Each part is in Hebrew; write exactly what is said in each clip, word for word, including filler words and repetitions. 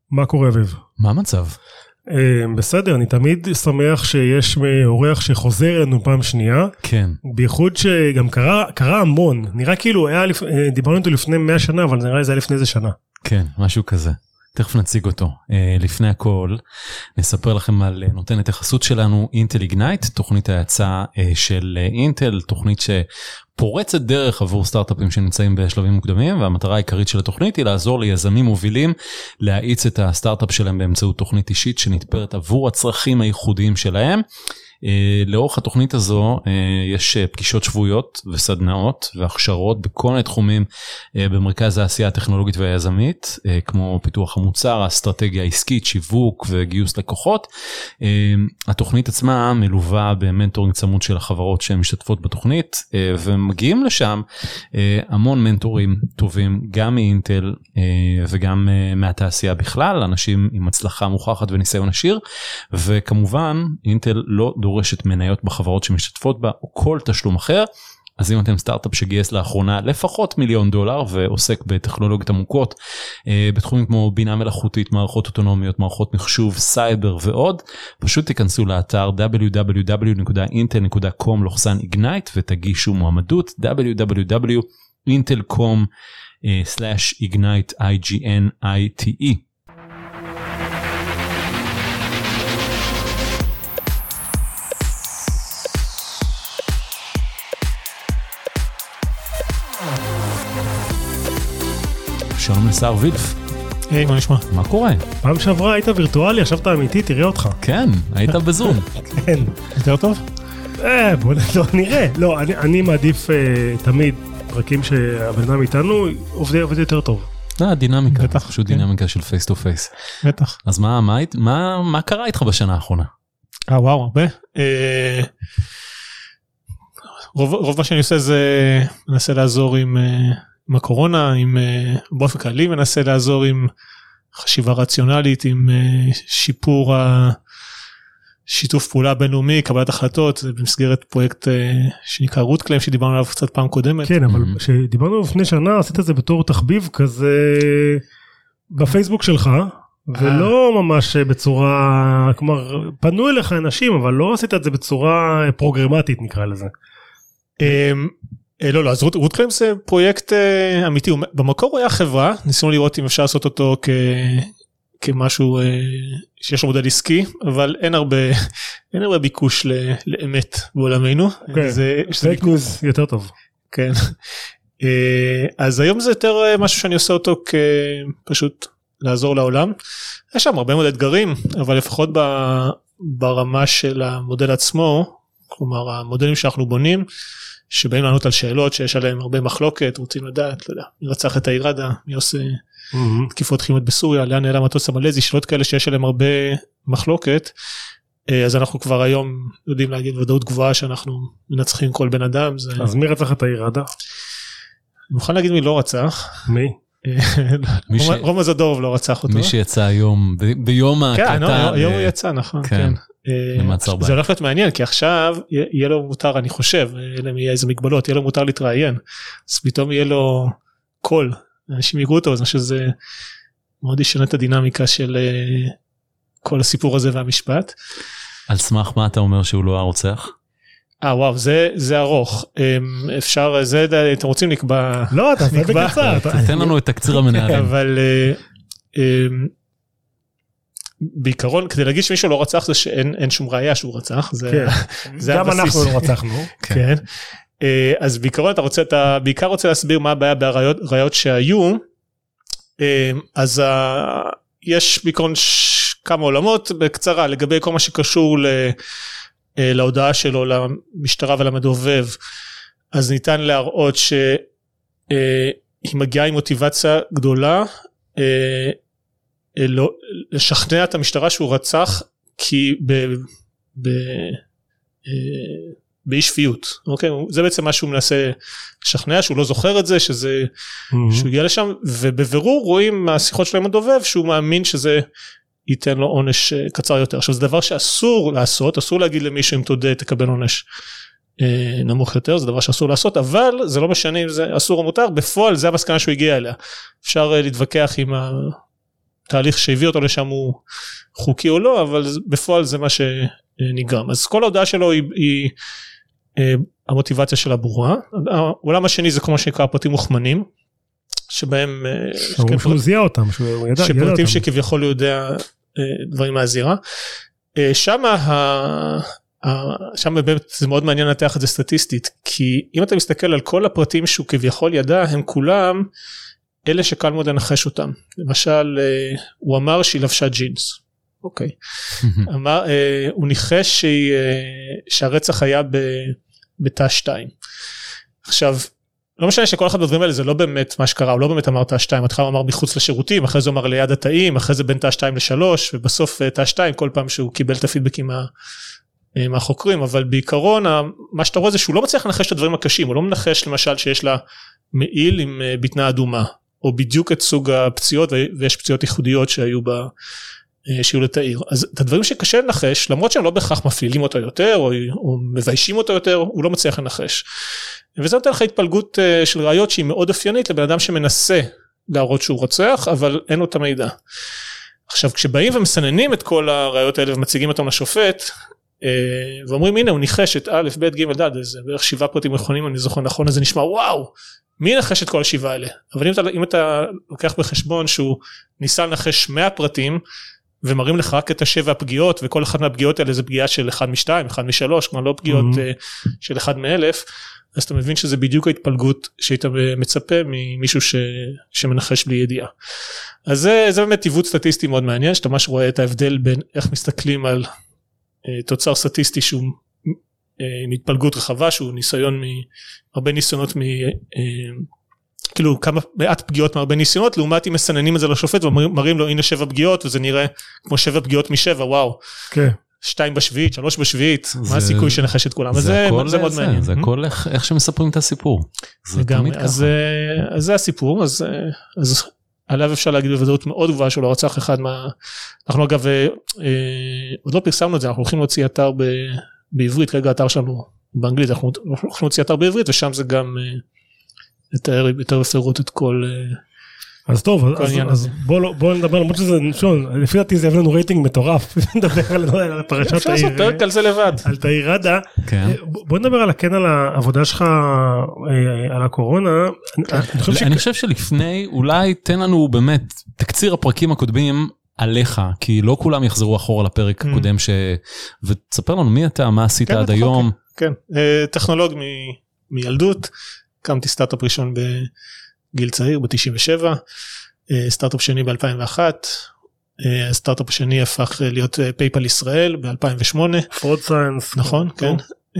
מה קורה אביב? מה המצב? בסדר, אני תמיד שמח שיש אורח שחוזר לנו פעם שנייה. כן. בייחוד שגם קרה, קרה המון. נראה כאילו, היה, דיברנו אותו לפני מאה שנה, אבל נראה לי זה היה לפני איזה שנה. כן, משהו כזה. תכף נציג אותו. לפני הכל, נספר לכם על נותנת החסות שלנו, אינטל איגנייט, תוכנית ההצעה של אינטל, תוכנית שפורצת דרך עבור סטארט-אפים שנמצאים בשלבים מוקדמים, והמטרה העיקרית של התוכנית היא לעזור ליזמים מובילים להאיץ את הסטארט-אפ שלהם באמצעות תוכנית אישית שנתפרת עבור הצרכים הייחודיים שלהם. לאורך התוכנית הזו יש פגישות שבועיות וסדנאות והכשרות בכל מיני תחומים במרכז העשייה הטכנולוגית והיזמית, כמו פיתוח המוצר, האסטרטגיה העסקית, שיווק וגיוס לקוחות. התוכנית עצמה מלווה במנטורינג צמוד של החברות שהן משתתפות בתוכנית, ומגיעים לשם המון מנטורים טובים, גם מאינטל וגם מהתעשייה בכלל, אנשים עם הצלחה מוכחת וניסיון עשיר, וכמובן אינטל לא דורשת מניות בחברות שמשתתפות בה, או כל תשלום אחר. אז אם אתם סטארט-אפ שגייס לאחרונה לפחות מיליון דולר, ועוסק בטכנולוגיות עמוקות, בתחומים כמו בינה מלאכותית, מערכות אוטונומיות, מערכות מחשוב, סייבר ועוד, פשוט תיכנסו לאתר דאבליו דאבליו דאבליו נקודה אינטל נקודה קום סלש איגנייט ותגישו מועמדות, דאבליו דאבליו דאבליו נקודה אינטל נקודה קום סלש איגנייט, איי ג'י אן איי טי אי. שלום לשר וילף. היי, מה נשמע? מה קורה? פעם שעברה היית וירטואלי, עכשיו אתה אמיתי, תראה אותך. כן, היית בזום. כן. יותר טוב? אה, בוא נראה. לא, אני מעדיף תמיד פרקים שהבן אדם איתנו עובד יותר טוב. לא, דינמיקה, פשוט דינמיקה של פייס טו פייס. בטח. אז מה קרה איתך בשנה האחרונה? אה, וואו, הרבה. רוב מה שאני עושה זה מנסה לעזור עם... עם הקורונה, עם באופן כללי מנסה לעזור עם חשיבה רציונלית, עם שיפור השיתוף פעולה בינלאומי, קבלת החלטות, זה במסגרת פרויקט שנקרא רוט קליים, שדיברנו עליו קצת פעם קודמת. כן, אבל כשדיברנו לפני שנה, עשית את זה בתור תחביב כזה בפייסבוק שלך, ולא ממש בצורה, כלומר, פנו אליך אנשים, אבל לא עשית את זה בצורה פרוגרמטית, נקרא לזה. לא, לא, אז רוט קליים זה פרויקט אמיתי, במקור הוא היה חברה, ניסינו לראות אם אפשר לעשות אותו כמשהו שיש לו מודל עסקי, אבל אין הרבה, אין הרבה ביקוש לאמת בעולמנו. זה פייק ניוז יותר טוב. כן. אז היום זה יותר משהו שאני עושה אותו כפשוט לעזור לעולם. יש שם הרבה מאוד אתגרים, אבל לפחות ברמה של המודל עצמו, כלומר המודלים שאנחנו בונים, שבאים לענות על שאלות שיש עליהם הרבה מחלוקת, רוצים לדעת, לא יודע, מי רצח את האיראדה, מי עושה תקיפות כימיות בסוריה, לאן נעלם המטוס המלזי, שאלות כאלה שיש עליהם הרבה מחלוקת, אז אנחנו כבר היום יודעים להגיד ודאות גבוהה שאנחנו מנצחים כל בן אדם. אז מי רצח את האיראדה? אני מוכן להגיד מי לא רצח. מי? רומא זדורוב לא רצח אותו. מי שיצא היום, ביום ההקלטה. כן, היום הוא יצא, נכון, כן. זה הולך להיות מעניין, כי עכשיו יהיה לו מותר, אני חושב, אלא אם יהיה איזה מגבלות, יהיה לו מותר להתראיין, אז פתאום יהיה לו קול, אנשים יגעו אותו, אז אני חושב שזה מאוד ישנה את הדינמיקה של כל הסיפור הזה והמשפט. על סמך מה אתה אומר שהוא לא הרוצח? אה וואו, זה, זה ארוך, אפשר, זה, אתם רוצים נקבע, לא, אתה עושה בקצר, תתן לנו את תקציר המנהלים. אבל, בעיקרון, כדי להגיד שמישהו לא רצח, זה שאין שום ראייה שהוא רצח, זה, זה גם אנחנו לא רצחנו. כן. אז בעיקרון אתה רוצה, אתה בעיקר רוצה להסביר מה הבעיה בראיות שהיו, אז יש בעיקרון כמה עולמות, בקצרה, לגבי כל מה שקשור ל... להודעה שלו למשטרה ולמדובב, אז ניתן להראות שהיא מגיעה עם מוטיבציה גדולה, לשכנע את המשטרה שהוא רצח, כי באי שפיות, אוקיי? זה בעצם מה שהוא מנסה לשכנע, שהוא לא זוכר את זה, שזה, שהוא הגיע לשם, ובבירור רואים מהשיחות שלהם מדובב, שהוא מאמין שזה ייתן לו עונש קצר יותר. עכשיו זה דבר שאסור לעשות, אסור להגיד למישהו אם תודה תקבל עונש נמוך יותר, זה דבר שאסור לעשות, אבל זה לא משנה אם זה אסור או מותר, בפועל זה המסקנה שהוא הגיע אליה. אפשר להתווכח עם התהליך שהביא אותו לשם הוא חוקי או לא, אבל בפועל זה מה שנגרם. אז כל ההודעה שלו היא, היא המוטיבציה שלה ברורה. העולם השני זה כמו שנקרא פרטים מוכמנים, שבהם שהוא זיהה אותם, שהוא ידע, שפרטים שכביכול יודע דברים מהזירה. שם שם באמת זה מאוד מעניין לנתח את זה סטטיסטית, כי אם אתה מסתכל על כל הפרטים שהוא כביכול ידע, הם כולם אלה שקל מאוד לנחש אותם. למשל, הוא אמר שהיא לבשה ג'ינס. אוקיי. אמר, הוא ניחש שהרצח היה בתא שתיים. עכשיו, לא משנה שכל אחד בדברים האלה זה לא באמת מה שקרה, הוא לא באמת אמר תא שתיים, התחלה הוא אמר מחוץ לשירותים, אחרי זה הוא אמר ליד התאים, אחרי זה בין תא שתיים לשלוש, ובסוף תא שתיים כל פעם שהוא קיבל את הפידבקים מה... מהחוקרים, אבל בעיקרון מה שאתה רואה זה שהוא לא מצליח לנחש את הדברים הקשים, הוא לא מנחש למשל שיש לה מעיל עם בטנה אדומה, או בדיוק את סוג הפציעות, ויש פציעות ייחודיות שהיו בה, שהיו לתאיר. אז את הדברים שקשה לנחש, למרות שהם לא בהכרח מפלילים אותו יותר, או, או מביישים אותו יותר, הוא לא מצליח לנחש. וזה נותן לך התפלגות של ראיות שהיא מאוד אופיינית לבן אדם שמנסה להראות שהוא רוצח, אבל אין לו את המידע. עכשיו, כשבאים ומסננים את כל הראיות האלה ומציגים אותם לשופט, ואומרים הנה הוא ניחש את א' ב' ג' ד', זה בערך שבעה פרטים נכונים, אני זוכר נכון, אז זה נשמע וואו, מי נחש את כל השבעה האלה? אבל אם אתה, אם אתה לוקח בחשבון שהוא ניסה לנחש מאה פרטים, ומראים לך רק את השבע הפגיעות, וכל אחת מהפגיעות האלה זה פגיעה של אחד משתיים, אחד משלוש, כלומר לא פגיעות mm-hmm. של אחד מאלף, אז אתה מבין שזה בדיוק ההתפלגות שהיית מצפה ממישהו ש, שמנחש בלי ידיעה. אז זה, זה באמת עיוות סטטיסטי מאוד מעניין, שאתה ממש רואה את ההבדל בין איך מסתכלים על תוצר סטטיסטי שהוא מתפלגות רחבה, שהוא ניסיון מהרבה ניסיונות, מ, כאילו כמה מעט פגיעות מהרבה ניסיונות, לעומת אם מסננים את זה לשופט ומראים לו הנה שבע פגיעות, וזה נראה כמו שבע פגיעות משבע, וואו. כן. שתיים בשביעית, שלוש בשביעית, מה הסיכוי שנחש את כולם? זה מאוד מעניין. זה הכל איך שמספרים את הסיפור. אז זה הסיפור, אז עליו אפשר להגיד בוודאות מאוד גבוהה שהוא לא רצח אחד מה... אנחנו אגב, עוד לא פרסמנו את זה, אנחנו הולכים להוציא אתר בעברית, רגע האתר שלנו באנגלית, אנחנו הולכים להוציא אתר בעברית, ושם זה גם יותר בפירוט את כל... אז טוב, אז בואו נדבר, למרות שזה, שון, לפי דעתי זה יביא לנו רייטינג מטורף, נדבר על פרשת העיר. אפשר לעשות פרק על זה לבד. על תאיר ראדה. בואו נדבר על הכן על העבודה שלך, על הקורונה. אני חושב שלפני, אולי תן לנו באמת, תקציר הפרקים הקודמים עליך, כי לא כולם יחזרו אחורה לפרק הקודם, ותספר לנו מי אתה, מה עשית עד היום. כן, טכנולוג מילדות, קמתי סטארט-אפ ראשון ב... גיל צעיר ב-תשעים ושבע, סטארט-אפ שני ב-אלפיים ואחת, הסטארט-אפ השני הפך להיות פייפל ישראל ב-אלפיים ושמונה. פרוד סיינס. נכון, כן.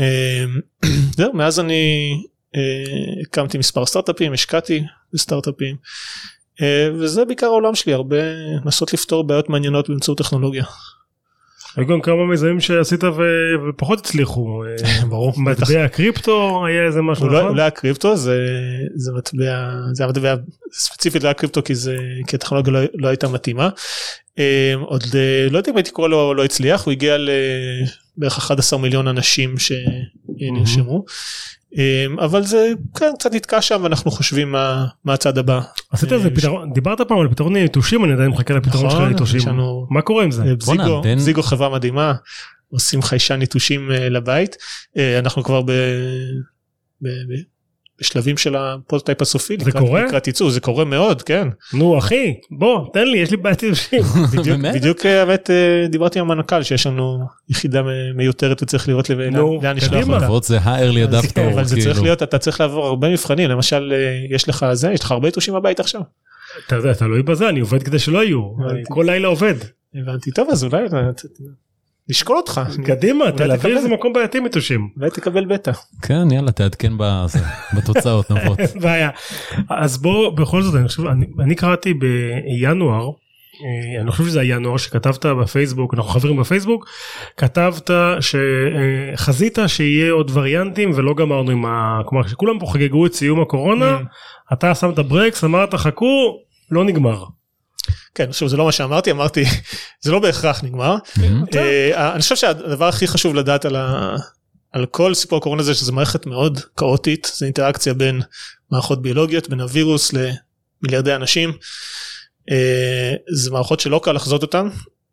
זהו, מאז אני הקמתי מספר סטארט-אפים, השקעתי בסטארט-אפים, וזה בעיקר העולם שלי, הרבה נסות לפתור בעיות מעניינות באמצעות טכנולוגיה. היו גם כמה מיזמים שעשית ופחות הצליחו. ברור. מטבע קריפטו היה איזה משהו נכון? אולי הקריפטו זה מטבע, זה המטבע ספציפית לא הקריפטו כי הטכנולוגיה לא הייתה מתאימה. עוד לא יודעת אם הייתי קורא לו לא הצליח, הוא הגיע לבערך אחד עשר מיליון אנשים שנרשמו. אבל זה קצת נתקע שם ואנחנו חושבים מה הצד הבא. עשית איזה פתרון, דיברת פעם על פתרון ליטושים, אני עדיין מחכה לפתרון של ליטושים. מה קורה עם זה? זיגו חברה מדהימה, עושים חיישן ניטושים לבית, אנחנו כבר בשלבים של הפרוטוטייפ הסופי. זה קורה? זה קורה מאוד, כן. נו אחי, בוא, תן לי, יש לי בעיית ליטושים. בדיוק באמת דיברתי עם המנכ"ל שיש לנו יחידה מיותרת וצריך לראות לאן נשלח אותה. זה ה-early adapter. אבל זה צריך להיות, אתה צריך לעבור הרבה מבחנים, למשל יש לך זה, יש לך הרבה יתושים בבית עכשיו. אתה יודע, אתה לא יהיה בזה, אני עובד כדי שלא יהיו, כל לילה עובד. הבנתי, טוב אז אולי נשקול אותך. קדימה, תל אביב איזה מקום בעייתי מתושים. אולי תקבל בטא. כן, יאללה, תעדכן בתוצאות נבות. בעיה. אז בוא, בכל זאת, אני חושב, אני קראתי בינואר, אני חושב שזה הינואר שכתבת בפייסבוק, אנחנו חברים בפייסבוק, כתבת שחזית שיהיה עוד וריאנטים ולא גמרנו עם ה... כלומר, שכולם פה חגגו את סיום הקורונה, אתה שמת ברקס, אמרת חכו, לא נגמר. כן, שוב, זה לא מה שאמרתי, אמרתי, זה לא בהכרח נגמר. אני חושב שהדבר הכי חשוב לדעת על כל סיפור הקורונה זה שזה מערכת מאוד כאוטית, זה אינטראקציה בין מערכות ביולוגיות, בין הווירוס למיליארדי אנשים, זה מערכות שלא קל לחזות אותן,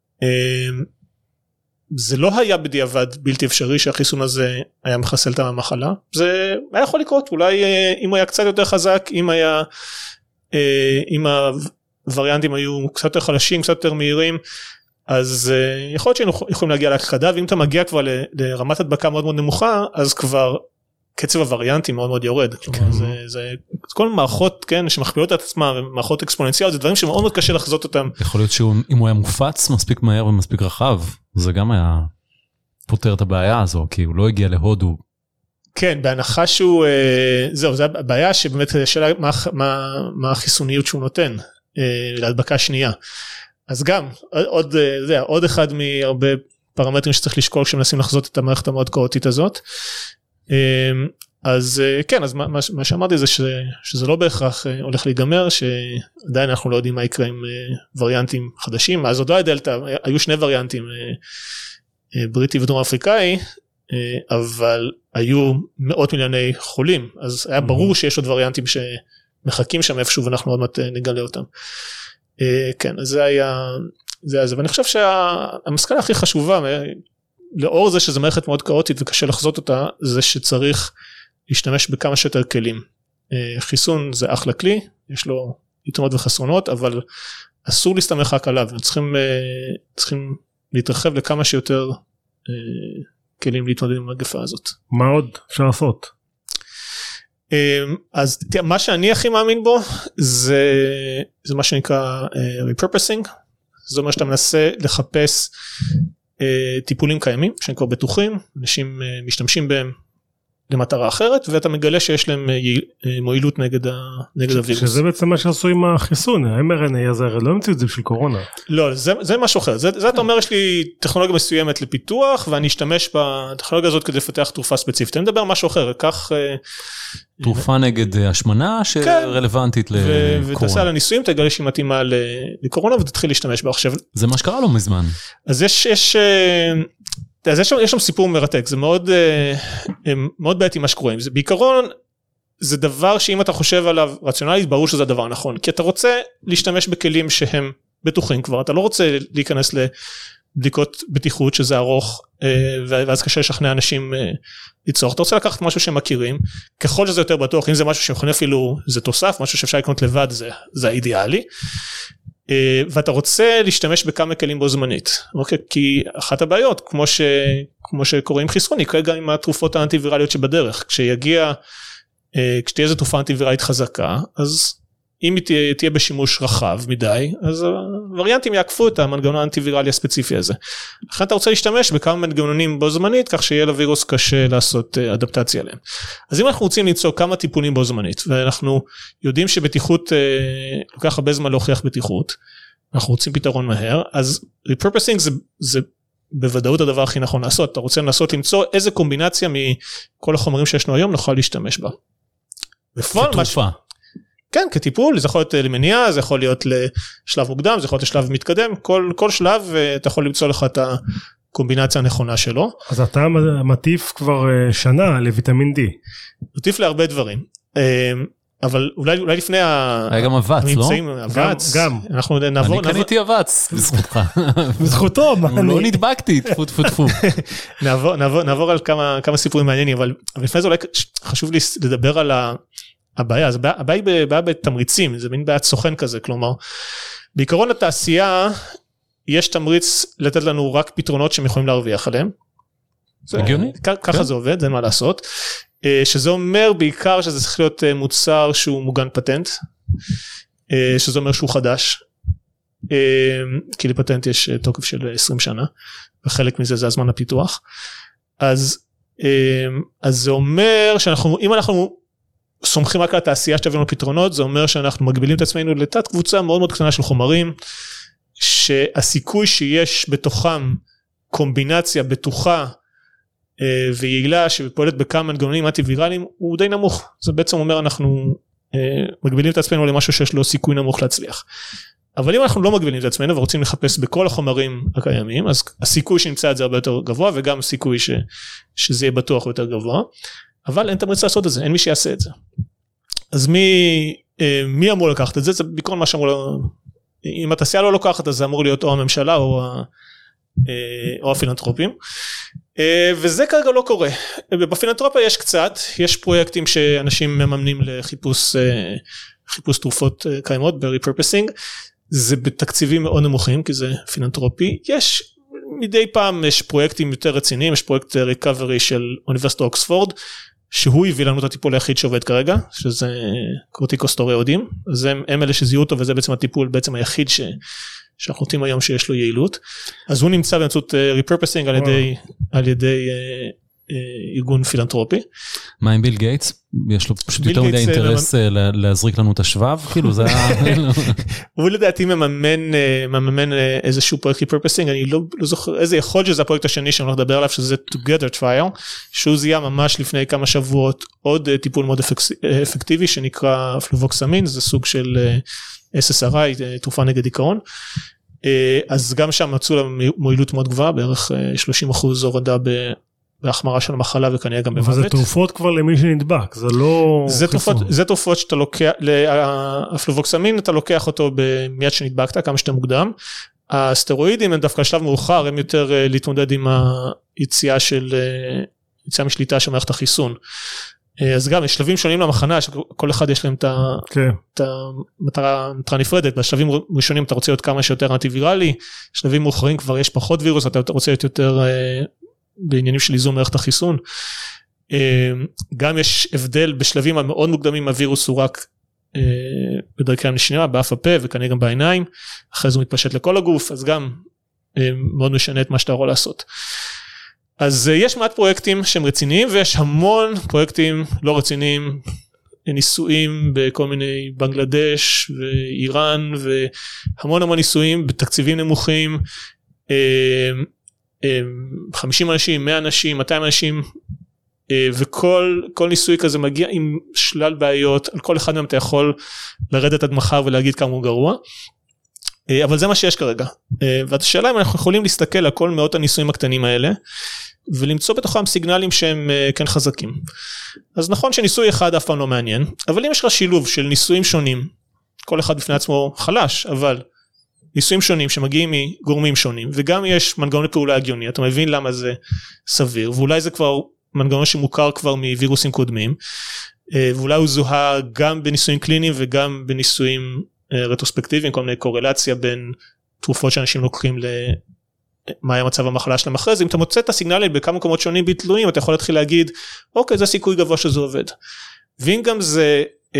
זה לא היה בדיעבד בלתי אפשרי שהחיסון הזה היה מחסל את המחלה, זה היה יכול לקרות, אולי אם הוא היה קצת יותר חזק, אם היה, אם הווריאנטים היו קצת יותר חלשים, קצת יותר מהירים, אז יכול להיות שהיינו יכולים להגיע להכחדה, ואם אתה מגיע כבר לרמת הדבקה מאוד מאוד נמוכה, אז כבר קצב הווריאנטים מאוד מאוד יורד, כלומר זה, זה כל מערכות, כן, שמכפילות את עצמם, ומערכות אקספוננציאליות, זה דברים שמאוד מאוד קשה לחזות אותם. יכול להיות שאם הוא היה מופץ מספיק מהר ומספיק רחב, זה גם היה פותר את הבעיה הזו, כי הוא לא הגיע להודו. כן, בהנחה שהוא, זהו, זה הבעיה שבאמת השאלה מה, מה, מה החיסוניות שהוא נותן, להדבקה שנייה. אז גם, עוד, זה, עוד אחד מהרבה פרמטרים שצריך לשקול כשמנסים לחזות את המערכת המאוד כאוטית הזאת. אז כן, אז מה, מה שאמרתי זה ש, שזה לא בהכרח הולך להיגמר, שעדיין אנחנו לא יודעים מה יקרה עם וריאנטים חדשים, אז עוד לא היה דלטה, היו שני וריאנטים, בריטי ודרום אפריקאי, אבל היו מאות מיליוני חולים, אז היה ברור שיש עוד וריאנטים שמחכים שם איפשהו, ואנחנו עוד מעט נגלה אותם. כן, אז זה היה, זה היה זה, ואני חושב שהמסקנה הכי חשובה, לאור זה שזה מערכת מאוד כאוטית וקשה לחזות אותה, זה שצריך להשתמש בכמה שיותר כלים. חיסון זה אחלה כלי, יש לו יתרונות וחסרונות, אבל אסור להסתמך רק עליו, צריכים, צריכים להתרחב לכמה שיותר כלים להתמודד עם המגפה הזאת. מה עוד אפשר לעשות? אז מה שאני הכי מאמין בו, זה, זה מה שנקרא repurposing, זאת אומרת שאתה מנסה לחפש טיפולים קיימים, שהם כבר בטוחים, אנשים משתמשים בהם למטרה אחרת, ואתה מגלה שיש להם מועילות נגד, נגד הווירוס. שזה בעצם מה שעשו עם החיסון, ה-אם אר אן איי הזה, לא המציאו את זה בשביל קורונה. לא, זה, זה משהו אחר, זה, זה אתה אומר, יש לי טכנולוגיה מסוימת לפיתוח, ואני אשתמש בטכנולוגיה הזאת כדי לפתח תרופה ספציפית, אני מדבר על משהו אחר, כך... תרופה נגד השמנה שרלוונטית לקורונה. ותעשה על הניסויים, תגלה שהיא מתאימה לקורונה, ותתחיל להשתמש בה עכשיו. זה מה שקרה לו מזמן. אז יש... יש אז יש שם, יש שם סיפור מרתק, זה מאוד, מאוד בעייתי מה שקורה עם זה. בעיקרון, זה דבר שאם אתה חושב עליו רציונלית, ברור שזה הדבר הנכון, כי אתה רוצה להשתמש בכלים שהם בטוחים כבר, אתה לא רוצה להיכנס לבדיקות בטיחות שזה ארוך, ואז קשה לשכנע אנשים ליצור, אתה רוצה לקחת משהו שהם מכירים, ככל שזה יותר בטוח, אם זה משהו שמכונה אפילו, זה תוסף, משהו שאפשר לקנות לבד, זה, זה האידיאלי, ואתה רוצה להשתמש בכמה כלים בו זמנית, אוקיי? כי אחת הבעיות, כמו ש, כמו שקורה עם חיסון, יקרה גם עם התרופות האנטיווירליות שבדרך, כשיגיע, כשתהיה איזו תרופה אנטיווירלית חזקה, אז אם היא תהיה, תהיה בשימוש רחב מדי, אז הווריאנטים יעקפו את המנגנון האנטיווירלי הספציפי הזה. לכן אתה רוצה להשתמש בכמה מנגנונים בו זמנית, כך שיהיה לווירוס קשה לעשות אדפטציה עליהם. אז אם אנחנו רוצים למצוא כמה טיפולים בו זמנית, ואנחנו יודעים שבטיחות, לוקח הרבה זמן להוכיח בטיחות, אנחנו רוצים פתרון מהר, אז repurposing זה, זה בוודאות הדבר הכי נכון לעשות. אתה רוצה לנסות למצוא איזה קומבינציה מכל החומרים שישנו היום, נוכל להשתמש בה. כתרופה. כן, כטיפול, זה יכול להיות למניעה, זה יכול להיות לשלב מוקדם, זה יכול להיות לשלב מתקדם, כל, כל שלב אתה יכול למצוא לך את הקומבינציה הנכונה שלו. אז אתה מטיף כבר שנה לויטמין D. מטיף להרבה דברים, אבל אולי, אולי לפני היה גם אבץ, לא? אבץ, גם. אנחנו נעבור... אני קניתי אבץ, בזכותך. בזכותו, מה אני... לא נדבקתי, תפו תפו תפו. נעבור, נעבור, נעבור על כמה, כמה סיפורים מעניינים, אבל לפני זה אולי חשוב לי לדבר על ה... הבעיה, אז הבעיה היא בעיה בתמריצים, זה מין בעיית סוכן כזה, כלומר, בעיקרון התעשייה, יש תמריץ לתת לנו רק פתרונות שהם יכולים להרוויח עליהם. הגיוני. ככה זה עובד, זה מה לעשות. שזה אומר בעיקר שזה צריך להיות מוצר שהוא מוגן פטנט, שזה אומר שהוא חדש, כי לפטנט יש תוקף של עשרים שנה, וחלק מזה זה הזמן הפיתוח. אז, אז זה אומר שאנחנו, אם אנחנו סומכים רק על התעשייה שתביא לנו פתרונות, זה אומר שאנחנו מגבילים את עצמנו לתת קבוצה מאוד מאוד קטנה של חומרים, שהסיכוי שיש בתוכם קומבינציה בטוחה ויעילה שפועלת בכמה מנגנונים אנטי-ויראליים, הוא די נמוך. זה בעצם אומר אנחנו מגבילים את עצמנו למשהו שיש לו סיכוי נמוך להצליח. אבל אם אנחנו לא מגבילים את עצמנו ורוצים לחפש בכל החומרים הקיימים, אז הסיכוי שנמצא את זה הרבה יותר גבוה, וגם הסיכוי ש, שזה יהיה בטוח יותר גבוה. אבל אין תמריץ לעשות את זה, אין מי שיעשה את זה. אז מי, מי אמור לקחת את זה? זה בעיקרון מה שאמרו אם התעשייה לא לוקחת, אז זה אמור להיות או הממשלה או, או הפילנטרופים, וזה כרגע לא קורה. בפילנטרופיה יש קצת, יש פרויקטים שאנשים מממנים לחיפוש חיפוש תרופות קיימות ב-repurposing, זה בתקציבים מאוד נמוכים, כי זה פילנטרופי. יש מדי פעם יש פרויקטים יותר רציניים, יש פרויקט ריקאברי של אוניברסיטת אוקספורד, שהוא הביא לנו את הטיפול היחיד שעובד כרגע, שזה קורטיקוסטוריאודים, אז הם, הם אלה שזיהו אותו, וזה בעצם הטיפול בעצם היחיד ש, שאנחנו נותנים היום שיש לו יעילות. אז הוא נמצא באמצעות repurposing על ידי, על ידי ארגון פילנטרופי. מה עם ביל גייטס? יש לו פשוט יותר מדי אינטרס להזריק לנו את השבב, כאילו זה... הוא לדעתי מממן איזשהו פרויקט repurposing, אני לא זוכר איזה יכול שזה הפרויקט השני שאני הולך לדבר עליו, שזה Together Trial, שהוא זיהה ממש לפני כמה שבועות עוד טיפול מאוד אפקטיבי, שנקרא פלובוקסמין, זה סוג של אס אס אר איי, תרופה נגד דיכאון, אז גם שם מצאו לה מועילות מאוד גבוהה, בערך שלושים אחוז הורדה ב... בהחמרה של המחלה וכנראה גם במוות. אבל זה תרופות כבר למי שנדבק, זה לא... זה תרופות, זה תרופות שאתה לוקח, הפלובוקסמין אתה לוקח אותו מיד שנדבקת, כמה שאתה מוקדם. הסטרואידים הם דווקא שלב מאוחר, הם יותר להתמודד עם היציאה של, יציאה משליטה של מערכת החיסון. אז גם יש שלבים שונים למחנה, שכל אחד יש להם את, כן. את המטרה נפרדת, בשלבים ראשונים אתה רוצה להיות כמה שיותר אנטי-ויראלי, שלבים מאוחרים כבר יש פחות וירוס, אתה רוצה להיות יותר... בעניינים של איזון מערכת החיסון. גם יש הבדל בשלבים המאוד מוקדמים, הווירוס הוא רק בדרכי הנשימה, באף הפה וכנראה גם בעיניים, אחרי זה הוא מתפשט לכל הגוף, אז גם מאוד משנה את מה שאתה יכול לעשות. אז יש מעט פרויקטים שהם רציניים, ויש המון פרויקטים לא רציניים, ניסויים בכל מיני בנגלדש ואיראן, והמון המון ניסויים בתקציבים נמוכים, חמישים אנשים, מאה אנשים, מאתיים אנשים, וכל כל ניסוי כזה מגיע עם שלל בעיות, על כל אחד מהם אתה יכול לרדת עד מחר ולהגיד כמה הוא גרוע, אבל זה מה שיש כרגע. והשאלה אם אנחנו יכולים להסתכל על כל מאות הניסויים הקטנים האלה, ולמצוא בתוכם סיגנלים שהם כן חזקים. אז נכון שניסוי אחד אף פעם לא מעניין, אבל אם יש לך שילוב של ניסויים שונים, כל אחד בפני עצמו חלש, אבל ניסויים שונים שמגיעים מגורמים שונים, וגם יש מנגנון לפעולה הגיוני, אתה מבין למה זה סביר, ואולי זה כבר מנגנון שמוכר כבר מווירוסים קודמים, ואולי הוא זוהה גם בניסויים קליניים, וגם בניסויים רטרוספקטיביים, כל מיני קורלציה בין תרופות שאנשים לוקחים למה היה מצב המחלה שלהם אחרי זה, אם אתה מוצא את הסיגנלים בכמה מקומות שונים בתלויים, אתה יכול להתחיל להגיד, אוקיי, זה סיכוי גבוה שזה עובד. ואם גם זה,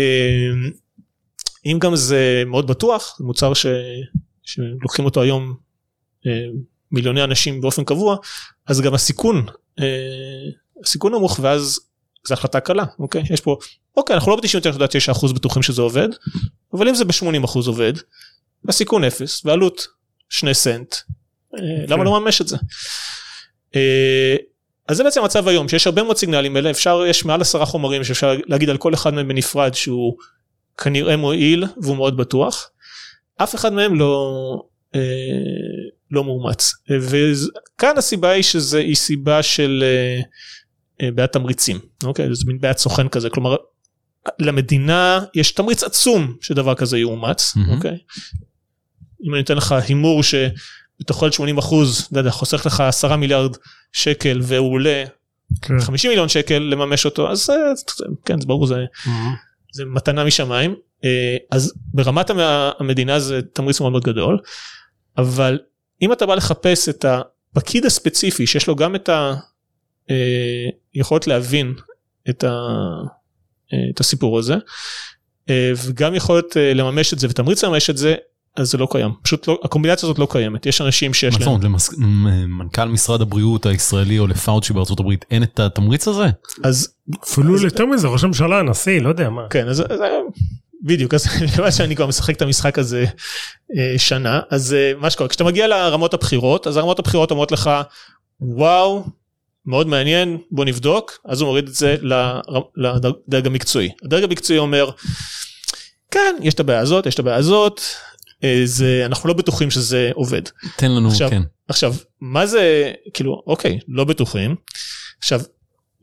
אם גם זה מאוד בטוח, זה מוצר ש... שלוקחים אותו היום מיליוני אנשים באופן קבוע, אז גם הסיכון, הסיכון נמוך, ואז זו החלטה קלה, אוקיי? יש פה, אוקיי, אנחנו לא ב-תשעים ותשע אחוז בטוחים שזה עובד, אבל אם זה ב-שמונים אחוז עובד, הסיכון אפס, ועלות שני סנט, למה לא ממש את זה? אז זה בעצם המצב היום, שיש הרבה מאוד סיגנלים האלה, אפשר, יש מעל עשרה חומרים, שאפשר להגיד על כל אחד מהם בנפרד, שהוא כנראה מועיל, והוא מאוד בטוח, אף אחד מהם לא, אה, לא מאומץ. וכאן הסיבה היא שזה היא סיבה של אה, בעיית תמריצים. אוקיי? זה מין בעיית סוכן כזה. כלומר, למדינה יש תמריץ עצום שדבר כזה יאומץ. Mm-hmm. אוקיי? אם אני אתן לך הימור שבתוכל שמונים אחוז, אתה יודע, חוסך לך עשרה מיליארד שקל, והוא עולה okay. חמישים מיליון שקל לממש אותו, אז כן, זה ברור, זה, mm-hmm. זה מתנה משמיים. אז ברמת המדינה זה תמריץ מאוד מאוד גדול, אבל אם אתה בא לחפש את הפקיד הספציפי, שיש לו גם את היכולת להבין את, ה, את הסיפור הזה, וגם יכולת לממש את זה ותמריץ לממש את זה, אז זה לא קיים. פשוט לא, הקומבינציה הזאת לא קיימת. יש אנשים שיש להם... נכון, למנכ"ל משרד הבריאות הישראלי או לפאוצ'י בארצות הברית, אין את התמריץ הזה? אז... אפילו יותר מזה, ראש הממשלה, הנשיא, לא יודע מה. כן, אז... בדיוק, אז כיוון שאני כבר משחק את המשחק הזה שנה, אז מה שקורה, כשאתה מגיע לרמות הבחירות, אז הרמות הבחירות אומרות לך, וואו, מאוד מעניין, בוא נבדוק, אז הוא מוריד את זה לדרג המקצועי. הדרג המקצועי אומר, כן, יש את הבעיה הזאת, יש את הבעיה הזאת, זה, אנחנו לא בטוחים שזה עובד. תן לנו, עכשיו, כן. עכשיו, מה זה, כאילו, אוקיי, לא בטוחים, עכשיו,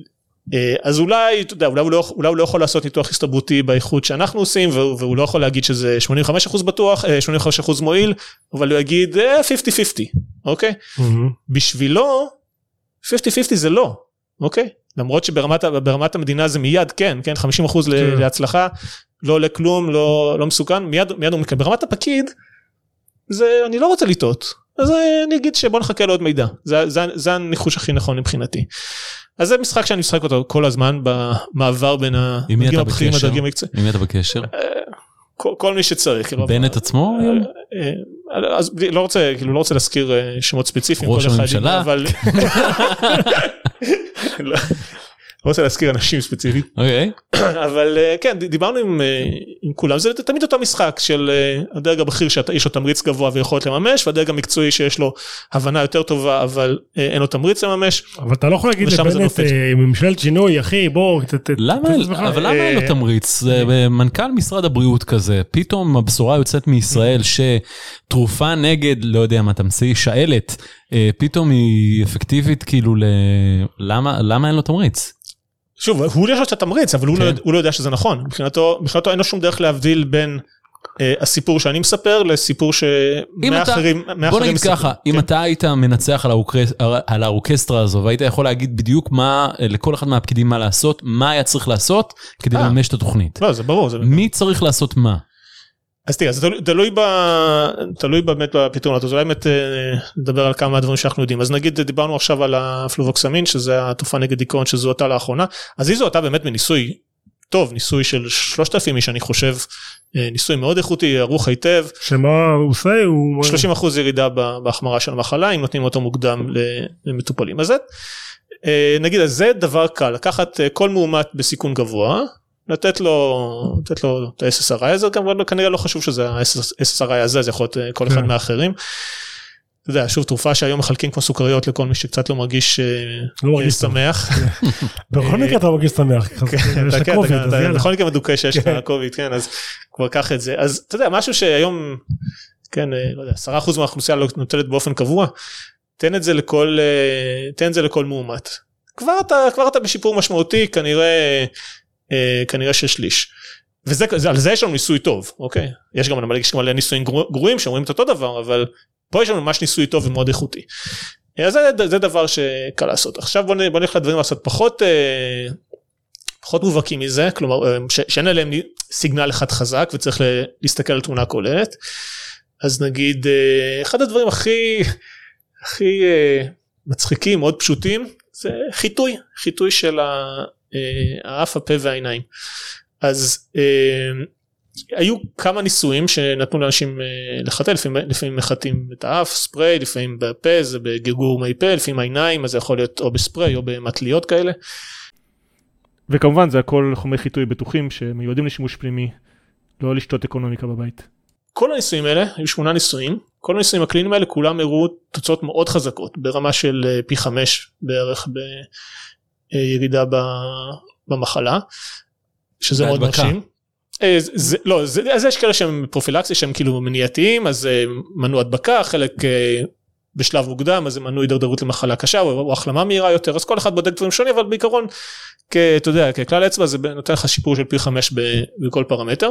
אז אולי, אתה יודע, אולי הוא לא, אולי הוא לא יכול לעשות ניתוח הסתברותי באיכות שאנחנו עושים, והוא לא יכול להגיד שזה שמונים וחמישה אחוז בטוח, שמונים וחמישה אחוז מועיל, אבל הוא יגיד חמישים חמישים, אוקיי? בשבילו, חמישים חמישים זה לא, אוקיי? למרות שברמת ברמת המדינה זה מיד כן, כן, חמישים אחוז להצלחה, לא עולה כלום, לא, לא מסוכן, מיד, מיד הוא מכן. ברמת הפקיד, זה, אני לא רוצה לטעות. אז אני אגיד שבוא נחכה לעוד מידע. זה, זה, זה הניחוש הכי נכון מבחינתי. אז זה משחק שאני משחק אותו כל הזמן, במעבר בין הדרגים הבכירים לדרגים המקצועיים. עם מי אתה בקשר? כל, כל מי שצריך. בנט עצמו? אז לא רוצה, כאילו לא רוצה להזכיר שמות ספציפיים. ראש הממשלה? אבל... לא רוצה להזכיר אנשים ספציפיים. אוקיי. אבל כן, דיברנו עם, עם כולם, זה תמיד אותו משחק של הדרג הבכיר שיש לו תמריץ גבוה ויכולת לממש, והדרג המקצועי שיש לו הבנה יותר טובה, אבל אין לו תמריץ לממש. אבל אתה לא יכול להגיד לבנט, ממשלת שינוי, אחי, בוא. למה? אבל למה אין לו תמריץ? מנכ"ל משרד הבריאות כזה, פתאום הבשורה יוצאת מישראל שתרופה נגד, לא יודע מה תמציא, שאלת, פתאום היא אפקטיבית, כאילו, למה אין לו תמריץ? שוב, הוא יש לו את התמריץ, אבל הוא לא יודע שזה נכון. מבחינתו אין לו שום דרך להבדיל בין הסיפור שאני מספר לסיפור שמאה אחרים מספרים. בוא נגיד ככה, אם אתה היית מנצח על האורקסטרה הזו, והיית יכול להגיד בדיוק מה, לכל אחד מהפקידים מה לעשות, מה היה צריך לעשות כדי לממש את התוכנית. לא, זה ברור. מי צריך לעשות מה? אז תראה, זה תלוי, ב, תלוי באמת בפתרונות, אז אולי באמת נדבר על כמה הדברים שאנחנו יודעים. אז נגיד, דיברנו עכשיו על הפלובוקסמין, שזה התרופה נגד דיכאון שזוהתה לאחרונה, אז היא זוהתה באמת בניסוי טוב, ניסוי של שלושת אלפים איש, אני חושב, ניסוי מאוד איכותי, ערוך היטב. שמה הוא עושה? הוא... שלושים אחוז ירידה בהחמרה של המחלה, אם נותנים אותו מוקדם למטופלים. אז זה, נגיד, אז זה דבר קל, לקחת כל מאומת בסיכון גבוה, לתת לו, לתת לו את ה-אס אס אר איי הזה, גם כנראה לא חשוב שזה ה-אס אס אר איי הזה, זה יכול להיות כל אחד מהאחרים. אתה יודע, שוב, תרופה שהיום מחלקים כמו סוכריות לכל מי שקצת לא מרגיש שמח. בכל מקרה אתה מרגיש שמח, בכל מקרה מדוכא שיש לך קוביד, כן, אז כבר קח את זה. אז אתה יודע, משהו שהיום, כן, לא יודע, עשרה אחוז מהאוכלוסייה לא נוטלת באופן קבוע, תן את זה לכל, תן את זה לכל מאומת. כבר אתה, כבר אתה בשיפור משמעותי, כנראה, כנראה ששליש. וזה, על זה יש לנו ניסוי טוב, אוקיי? יש גם, אני מלא, יש גם מלא ניסויים גרועים שאומרים את אותו דבר, אבל פה יש לנו ממש ניסוי טוב ומאוד איכותי. אז זה, זה דבר שקל לעשות. עכשיו בוא, בוא נלך לדברים לעשות פחות, פחות מובהקים מזה, כלומר, ש, שאין עליהם סיגנל אחד חזק, וצריך להסתכל על תמונה כוללת. אז נגיד, אחד הדברים הכי, הכי מצחיקים, מאוד פשוטים, זה חיטוי, חיטוי של האף, הפה והעיניים. אז היו כמה ניסויים שנתנו לאנשים לחטא, לפעמים, לפעמים מחטאים את האף, ספרי, לפעמים בפה, זה בגרגור מי פה, לפעמים העיניים, אז זה יכול להיות או בספרי או במטליות כאלה. וכמובן זה הכל חומרי חיטוי בטוחים שמיועדים לשימוש פנימי, לא לשתות אקונומיקה בבית. כל הניסויים האלה, היו שמונה ניסויים, כל הניסויים הקליניים האלה כולם הראו תוצאות מאוד חזקות, ברמה של פי חמש בערך בירידה במחלה, שזה מאוד מרשים. זה, לא, זה, אז יש כאלה שהם פרופילקסיה, שהם כאילו מניעתיים, אז מנעו הדבקה, חלק בשלב מוקדם, אז הם מנעו הידרדרות למחלה קשה, או, או החלמה מהירה יותר, אז כל אחד בודק דברים שונים, אבל בעיקרון, כ, אתה יודע, ככלל אצבע, זה נותן לך שיפור של פי חמש בכל פרמטר.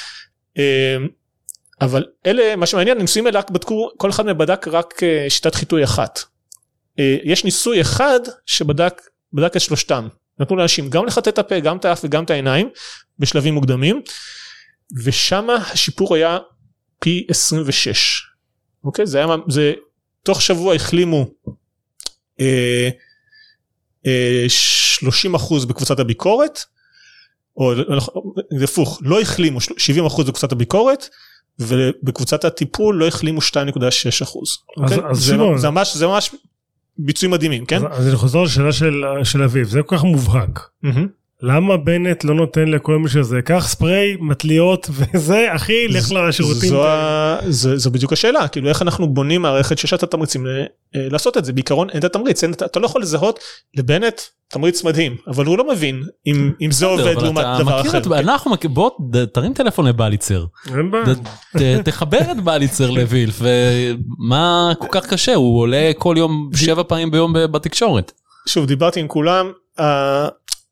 אבל אלה, מה שמעניין, ניסויים האלה רק בדקו, כל אחד מבדק רק שיטת חיטוי אחת. יש ניסוי אחד שבדק, בדק את שלושתם. נתנו לאנשים גם לחטא את הפה, גם את האף וגם את העיניים, בשלבים מוקדמים, ושם השיפור היה פי עשרים ושש. אוקיי? זה היה, זה, תוך שבוע החלימו אה, אה, שלושים אחוז בקבוצת הביקורת, או לפוך, לא החלימו שבעים אחוז בקבוצת הביקורת, ובקבוצת הטיפול לא החלימו שתיים נקודה שש אחוז. אוקיי? אז זה, זה ממש, זה ממש ביצועים מדהימים, כן? אז, אז אני חוזר לשאלה של, של אביב, זה כל כך מובהק. Mm-hmm. למה בנט לא נותן לכל מי שזה? קח ספרי, מטליות וזה, אחי, לך לשירותים. זו, זו, זו בדיוק השאלה, כאילו איך אנחנו בונים מערכת שיש את התמריצים לעשות את זה, בעיקרון אין את התמריץ, אין, אתה לא יכול לזהות לבנט תמריץ מדהים, אבל הוא לא מבין אם, אם זה עובד לעומת דבר אחר. את, אנחנו, בוא, תרים טלפון לבליצר. אין בעיה. תחבר את בליצר לווילף, ומה כל כך קשה, הוא עולה כל יום, שבע פעמים ביום בתקשורת. שוב, דיברתי עם כולם,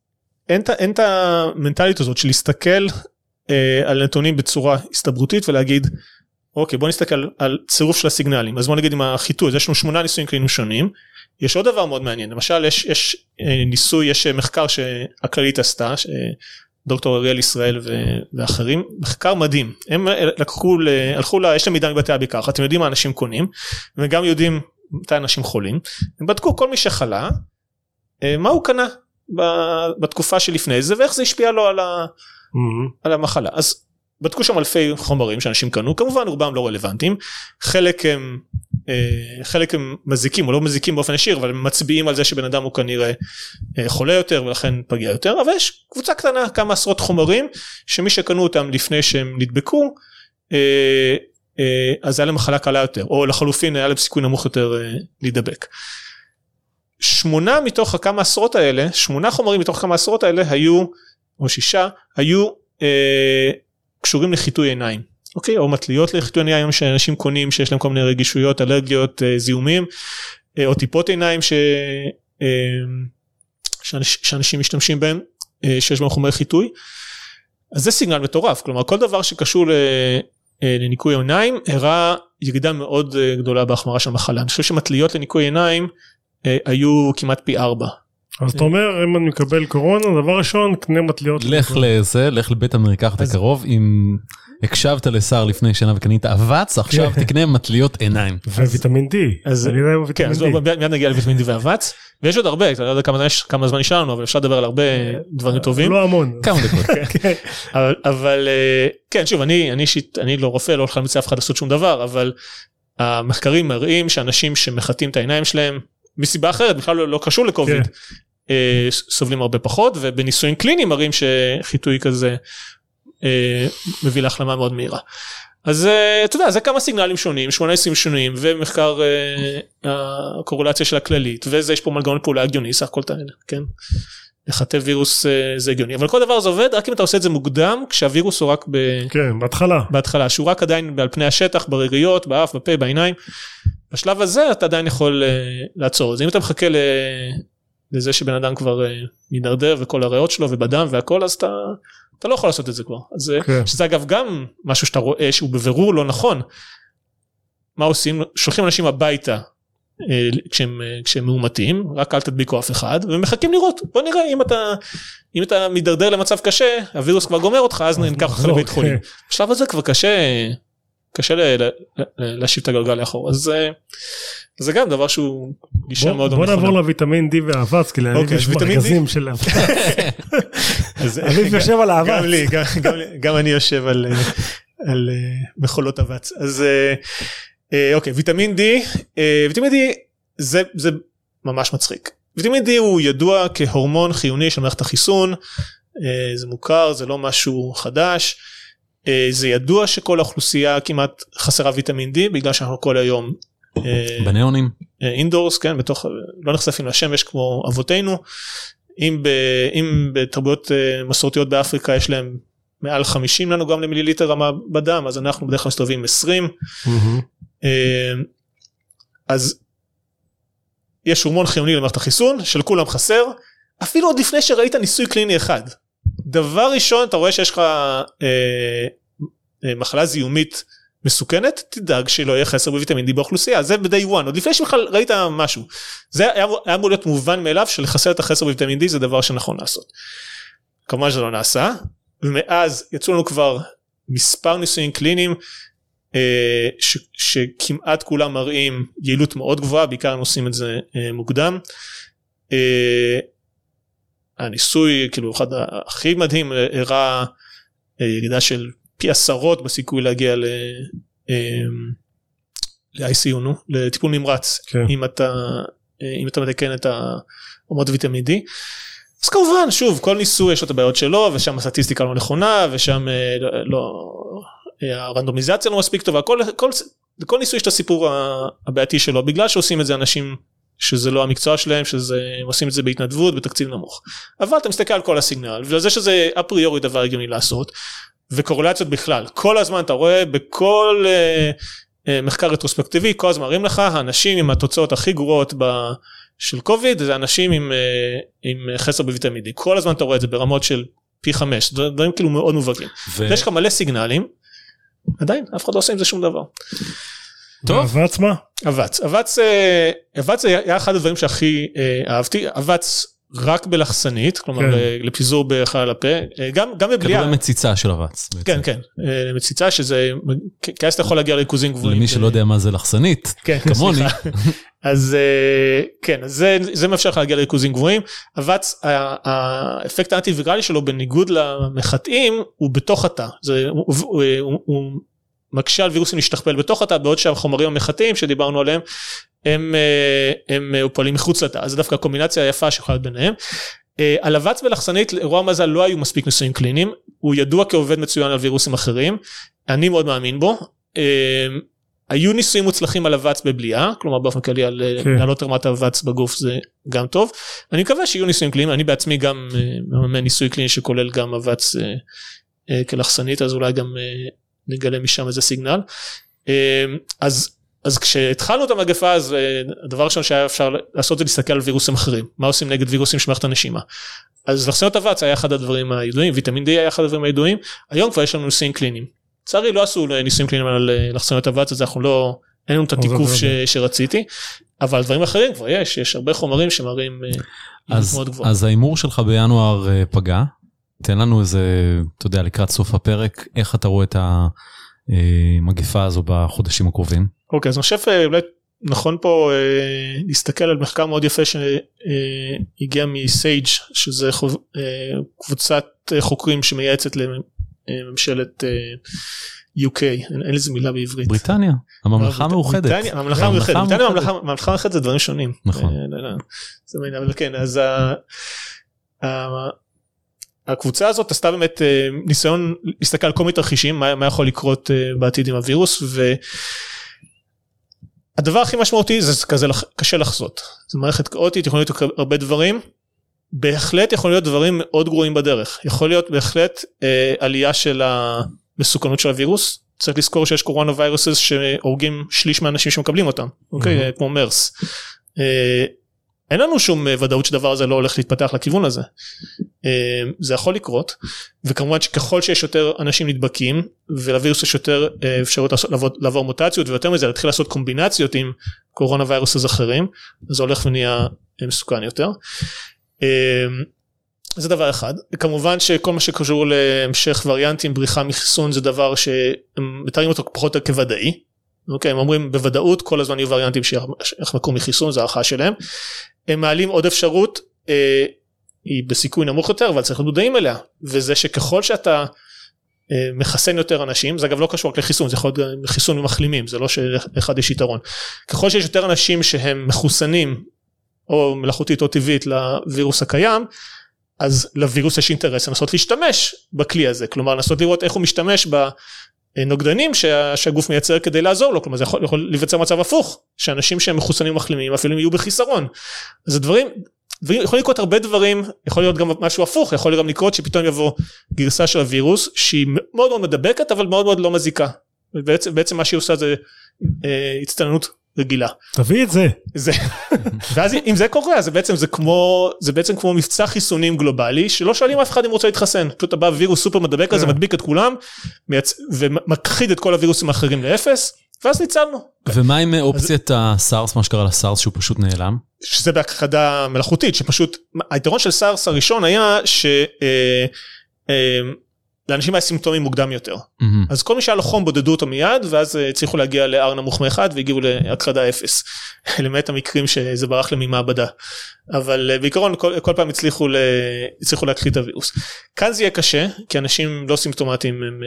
אין את המנטלית הזאת של להסתכל על נתונים בצורה הסתברותית ולהגיד, אוקיי, בוא נסתכל על צירוף של הסיגנלים. אז בוא נגיד עם החיתוי, יש לנו שמונה ניסויים קליניים שונים. יש עוד דבר מאוד מעניין, למשל יש, יש ניסוי, יש מחקר שהכללית עשתה, דוקטור אריאל ישראל ואחרים, מחקר מדהים. הם לקחו, הלכו לה, יש להם מידע מבתי הביקר, אתם יודעים מה אנשים קונים, וגם יודעים מתי אנשים חולים. הם בדקו כל מי שחלה, מה הוא קנה בתקופה שלפני זה, ואיך זה השפיע לו על, ה, על המחלה. אז בדקו שם אלפי חומרים שאנשים קנו, כמובן רובם לא רלוונטיים, חלק הם, חלק הם מזיקים או לא מזיקים באופן ישיר, אבל הם מצביעים על זה שבן אדם הוא כנראה חולה יותר ולכן פגיע יותר, אבל יש קבוצה קטנה, כמה עשרות חומרים, שמי שקנו אותם לפני שהם נדבקו, אז היה להם מחלה קלה יותר, או לחלופין היה להם סיכוי נמוך יותר להידבק. שמונה מתוך כמה עשרות האלה, שמונה חומרים מתוך כמה עשרות האלה היו, או שישה, היו קשורים לחיטוי עיניים, אוקיי? או מטליות לחיטוי עיניים שאנשים קונים, שיש להם כל מיני רגישויות, אלרגיות, זיהומים, או טיפות עיניים ש... שאנשים משתמשים בהם, שיש בהם חומרי חיטוי. אז זה סיגנל מטורף, כלומר, כל דבר שקשור לניקוי עיניים, הראה ירידה מאוד גדולה בהחמרה של המחלה. אני חושב שמטליות לניקוי עיניים, היו כמעט פי ארבע. אז אתה אומר, אם אני מקבל קורונה, דבר ראשון, קנה מטליות. לך לזה, לך לבית המרקחת הקרוב, אם הקשבת לשר לפני שנה וקנית אבץ, עכשיו תקנה מטליות עיניים. וויטמין D. אז מיד נגיע לויטמין D ואבץ, ויש עוד הרבה, אתה לא יודע כמה זמן נשאר לנו, אבל אפשר לדבר על הרבה דברים טובים. לא המון. כמה דקות. אבל כן, שוב, אני לא רופא, לא הולך להמציא אף אחד לעשות שום דבר, אבל המחקרים מראים שאנשים שמחטאים את העיניים שלהם, מסיבה אחרת, בכלל לא קשור לקוביד, סובלים הרבה פחות, ובניסויים קליניים מראים שחיטוי כזה מביא להחלמה מאוד מהירה. אז אתה יודע, זה כמה סיגנלים שונים, שמונה ניסויים שונים, ומחקר הקורולציה של הכללית, וזה יש פה מנגנון פעולה הגיוני, סך הכל תאלה, כן? לחטא וירוס זה הגיוני, אבל כל דבר זה עובד, רק אם אתה עושה את זה מוקדם, כשהווירוס הוא רק ב... כן, בהתחלה. בהתחלה, שהוא רק עדיין על פני השטח, ברגריות, באף, בפה, בעיניים. בשלב הזה אתה עדיין יכול לעצור. אז אם אתה מחכה לזה שבן אדם כבר מדרדר וכל הריאות שלו ובדם והכל, אז אתה, אתה לא יכול לעשות את זה כבר. אז okay. שזה אגב גם משהו שאתה רואה שהוא בבירור לא נכון. מה עושים? שולחים אנשים הביתה כשהם, כשהם מאומתים, רק אל תדביקו אף אחד, ומחכים לראות. בוא נראה, אם אתה, אם אתה מדרדר למצב קשה, הווירוס כבר גומר אותך, אז ניקח אותך לבית חולים. בשלב הזה כבר קשה... קשה להשיב את הגלגל לאחור, אז זה גם דבר שהוא גישה מאוד נכונה. בוא נעבור לויטמין D והאבץ, כי להגיד יש מרכזים של האבץ. אביב יושב על האבץ. גם לי, גם אני יושב על מכולות אבץ. אז אוקיי, ויטמין D, ויטמין D זה ממש מצחיק. ויטמין D הוא ידוע כהורמון חיוני של מערכת החיסון, זה מוכר, זה לא משהו חדש, זה ידוע שכל האוכלוסייה כמעט חסרה ויטמין D, בגלל שאנחנו כל היום בניונים אינדורס, כן, בתוך, לא נחשפים לשמש כמו אבותינו. אם, ב, אם בתרבויות מסורתיות באפריקה יש להם מעל חמישים לנו גם למיליליטר רמה בדם, אז אנחנו בדרך כלל מסתובבים עשרים. Mm-hmm. אז יש הורמון חיוני למערכת החיסון, של כולם חסר, אפילו עוד לפני שראית ניסוי קליני אחד. דבר ראשון, אתה רואה שיש לך אה, אה, מחלה זיהומית מסוכנת, תדאג שלא יהיה חסר בוויטמין D באוכלוסייה, זה ב-day one, עוד לפני שבכלל ראית משהו. זה היה, היה אמור להיות מובן מאליו, שלחסר את החסר בוויטמין D זה דבר שנכון לעשות. כמובן שזה לא נעשה, ומאז יצאו לנו כבר מספר ניסויים קליניים, אה, ש, שכמעט כולם מראים יעילות מאוד גבוהה, בעיקר הם עושים את זה אה, מוקדם, אה, הניסוי, כאילו, אחד הכי מדהים, הראה ירידה של פי עשרות בסיכוי להגיע ל-איי סי יו, נו, לטיפול נמרץ, אם אתה, אם אתה מתקן את הרמות ויטמין D. אז כמובן, שוב, כל ניסוי יש לו את הבעיות שלו, ושם הסטטיסטיקה לא נכונה, ושם לא, הרנדומיזציה לא מספיק טובה, כל, כל, כל ניסוי יש את הסיפור הבעייתי שלו, בגלל שעושים את זה אנשים שזה לא המקצוע שלהם, שזה, הם עושים את זה בהתנדבות, בתקציב נמוך. אבל אתה מסתכל על כל הסיגנל, וזה שזה אפריורי דבר הגיוני לעשות, וקורלציות בכלל. כל הזמן אתה רואה בכל uh, uh, מחקר רטרוספקטיבי, כל הזמן מראים לך, האנשים עם התוצאות הכי גרועות של קוביד, זה אנשים עם, עם חסר בוויטמין D. כל הזמן אתה רואה את זה ברמות של פי חמש, דברים כאילו מאוד מובהקים. ו... יש לך מלא סיגנלים, עדיין, אף אחד לא עושה עם זה שום דבר. טוב. אבץ מה? אבץ. אבץ, אבץ היה אחד הדברים שהכי אהבתי. אבץ רק בלחסנית, כלומר לפיזור בחלל הפה, גם בבליעה. כדור מציצה של אבץ. כן, כן. מציצה שזה, כאז אתה יכול להגיע לריכוזים גבוהים. למי שלא יודע מה זה לחסנית, כמוני. אז כן, זה מאפשר לך להגיע לריכוזים גבוהים. אבץ, האפקט האנטי-ויראלי שלו בניגוד למחטאים, הוא בתוך התא. הוא מקשה על וירוסים להשתכפל בתוך התא, בעוד שהחומרים המחטאים שדיברנו עליהם, הם, הם פועלים מחוץ לתא, אז זה דווקא הקומבינציה היפה שיכולה ביניהם. על אבץ ולחסנית, אירוע מזל לא היו מספיק ניסויים קליניים, הוא ידוע כעובד מצוין על וירוסים אחרים, אני מאוד מאמין בו, היו ניסויים מוצלחים על אבץ בבליעה, כלומר באופן כללי על לעלות רמת אבץ בגוף זה גם טוב, אני מקווה שיהיו ניסויים קליניים, אני בעצמי גם מממן ניסוי קליני שכולל גם אבץ כלחסנית, אז אולי גם נגלה משם איזה סיגנל, אז אז כשהתחלנו את המגפה, אז הדבר הראשון שהיה אפשר לעשות זה להסתכל על וירוסים אחרים. מה עושים נגד וירוסים של מערכת הנשימה? אז לחסנות אבץ היה אחד הדברים הידועים, ויטמין D היה אחד הדברים הידועים, היום כבר יש לנו ניסויים קליניים. לצערי לא עשו ניסויים קליניים על לחסנות אבץ, אז אנחנו לא, אין לנו את התיקוף שרציתי, אבל דברים אחרים כבר יש, יש הרבה חומרים שמראים מאוד גבוה. אז האימור שלך בינואר פגע, תן לנו איזה, אתה יודע, לקראת סוף הפרק, איך אתה רואה את המגפה הזו בחודשים הקרובים? אוקיי, אז אני חושב אולי נכון פה להסתכל על מחקר מאוד יפה שהגיע מסייג' שזה קבוצת חוקרים שמייעצת לממשלת יו קיי, אין לזה מילה בעברית. בריטניה, הממלכה המאוחדת. הממלכה המאוחדת, בריטניה הממלכה המאוחדת זה דברים שונים. נכון. זה מעניין, אבל כן, אז הקבוצה הזאת עשתה באמת ניסיון להסתכל על כל מיני תרחישים, מה יכול לקרות בעתיד עם הווירוס, והדבר הכי משמעותי זה כזה קשה לחזות. זו מערכת כאוטית, יכול להיות הרבה דברים, בהחלט יכול להיות דברים מאוד גרועים בדרך, יכול להיות בהחלט עלייה של המסוכנות של הווירוס, צריך לזכור שיש קורונה וירוסס שהורגים שליש מהאנשים שמקבלים אותם, אוקיי, כמו מרס. אין לנו שום ודאות שדבר הזה לא הולך להתפתח לכיוון הזה. זה יכול לקרות, וכמובן שככל שיש יותר אנשים נדבקים, ולווירוס יש יותר אפשרות לעבור מוטציות, ויותר מזה, להתחיל לעשות קומבינציות עם קורונה וירוסס אחרים, אז זה הולך ונהיה מסוכן יותר. זה דבר אחד. כמובן שכל מה שקשור להמשך וריאנטים, בריחה מחיסון, זה דבר שמתארים אותו פחות כוודאי, אוקיי, הם אומרים בוודאות כל הזמן יהיו וריאנטים שיחמקו מחיסון, זה הערכה שלהם. הם מעלים עוד אפשרות, אה, היא בסיכוי נמוך יותר, אבל צריך להיות מודעים אליה, וזה שככל שאתה אה, מחסן יותר אנשים, זה אגב לא קשור רק לחיסון, זה יכול להיות חיסון ומחלימים, זה לא שאחד יש יתרון. ככל שיש יותר אנשים שהם מחוסנים, או מלאכותית או טבעית לווירוס הקיים, אז לווירוס יש אינטרס לנסות להשתמש בכלי הזה, כלומר לנסות לראות איך הוא משתמש ב... נוגדנים שהגוף מייצר כדי לעזור לו, כלומר זה יכול, יכול לבצע מצב הפוך, שאנשים שהם מחוסנים ומחלימים אפילו יהיו בחיסרון, אז הדברים, יכול לקרות הרבה דברים, יכול להיות גם משהו הפוך, יכול גם לקרות שפתאום יבוא גרסה של הווירוס, שהיא מאוד מאוד מדבקת, אבל מאוד מאוד לא מזיקה, ובעצם, בעצם מה שהיא עושה זה אה, הצטננות רגילה. תביא את זה. זה. ואז אם זה קורה, זה בעצם, זה כמו, זה בעצם כמו מבצע חיסונים גלובלי, שלא שואלים אף אחד אם רוצה להתחסן. פשוט הבא וירוס סופר מדבק הזה, מדביק את כולם, ומכחיד את כל הווירוסים האחרים לאפס, ואז ניצלנו. ומה עם אופציית הסארס, מה שקרה לסארס, שהוא פשוט נעלם? שזה בהכחדה מלאכותית, שפשוט, היתרון של סארס הראשון היה ש... לאנשים היה סימפטומים מוקדם יותר. Mm-hmm. אז כל מי שהיה לו חום בודדו אותו מיד, ואז הצליחו להגיע ל-R נמוך מאחד, והגיעו להכחדה אפס. למעט המקרים שזה ברח להם ממעבדה. אבל בעיקרון כל, כל פעם הצליחו, ל... הצליחו להכחיד את הווירוס. כאן זה יהיה קשה, כי אנשים לא סימפטומטיים הם...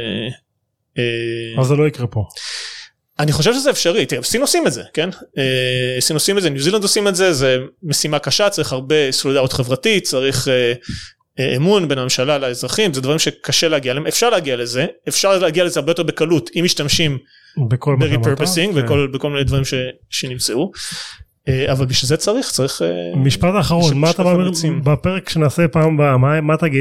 אז זה לא יקרה פה. אני חושב שזה אפשרי, תראה, סין עושים את זה, כן? סין עושים את זה, ניו זילנד עושים את זה, זה משימה קשה, צריך הרבה סולידריות חברתית, צריך... אמון בין הממשלה לאזרחים, זה דברים שקשה להגיע להם, אפשר להגיע לזה, אפשר להגיע לזה הרבה יותר בקלות, אם משתמשים ב-repurposing, בכל מיני דברים שנמצאו, אבל בשביל זה צריך, צריך... משפט האחרון, מה אתה מאמר בפרק שנעשה פעם הבאה, מה תגיד?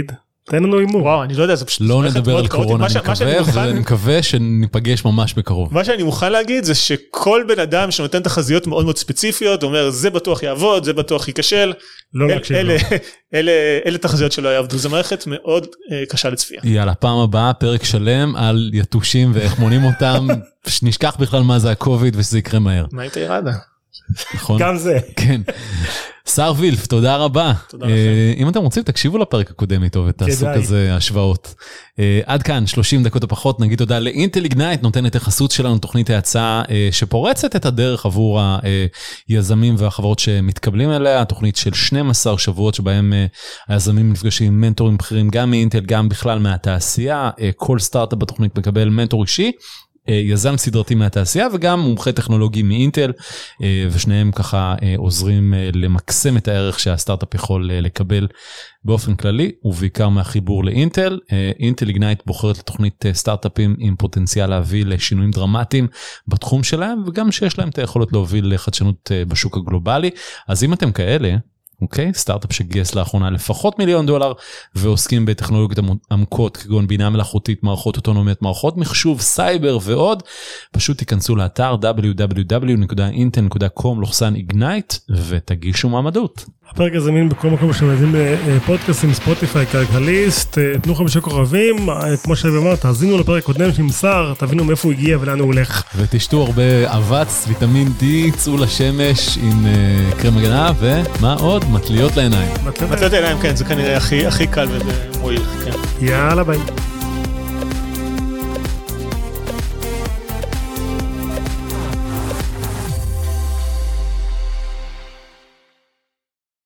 תן לנו אימור. וואו, אני לא יודע, זה פשוט... לא נדבר על קורונה, אני מקווה, ואני מקווה שניפגש ממש בקרוב. מה שאני מוכן להגיד זה שכל בן אדם שנותן תחזיות מאוד מאוד ספציפיות, אומר, זה בטוח יעבוד, זה בטוח ייכשל. לא להקשיב לו. אלה תחזיות שלא יעבדו, זו מערכת מאוד קשה לצפייה. יאללה, פעם הבאה, פרק שלם על יתושים ואיך מונים אותם, שנשכח בכלל מה זה הקוביד ושזה יקרה מהר. מה היית ירדה? נכון? גם זה. כן. שר וילף, תודה רבה. תודה לכם. אם אתם רוצים, תקשיבו לפרק הקודם איתו ותעשו כזה השוואות. עד כאן, שלושים דקות או פחות, נגיד תודה לאינטל איגנייט, נותנת החסות שלנו, תוכנית ההצעה שפורצת את הדרך עבור היזמים והחברות שמתקבלים אליה, תוכנית של שנים עשר שבועות שבהם היזמים נפגשים עם מנטורים בכירים, גם מאינטל, גם בכלל מהתעשייה, כל סטארט-אפ בתוכנית מקבל מנטור אישי, יזם סדרתי מהתעשייה וגם מומחה טכנולוגי מאינטל, ושניהם ככה עוזרים למקסם את הערך שהסטארט-אפ יכול לקבל באופן כללי, ובעיקר מהחיבור לאינטל. אינטל איגנייט בוחרת לתוכנית סטארט-אפים עם פוטנציאל להביא לשינויים דרמטיים בתחום שלהם, וגם שיש להם את היכולת להוביל לחדשנות בשוק הגלובלי. אז אם אתם כאלה, אוקיי, סטארט-אפ שגייס לאחרונה לפחות מיליון דולר, ועוסקים בטכנולוגיות עמוקות, כגון בינה מלאכותית, מערכות אוטונומיות, מערכות מחשוב, סייבר ועוד, פשוט תיכנסו לאתר דאבליו דאבליו דאבליו נקודה אינטל נקודה קום סלש איגנייט ותגישו מעמדות. הפרק הזה זמין בכל מקום שמאזינים לפודקאסטים, ספוטיפיי, כלכליסט, תנו חמישה כוכבים, כמו שאמר, תאזינו לפרק קודם שנמסר, תבינו מאיפה הוא הגיע ולאן הוא הולך. ותשתו הרבה אבץ, ויטמין D, צאו לשמש עם קרם הגנה, ומה עוד? מטליות לעיניים. מטליות לעיניים, כן, זה כנראה הכי קל ומועיל, כן. יאללה ביי.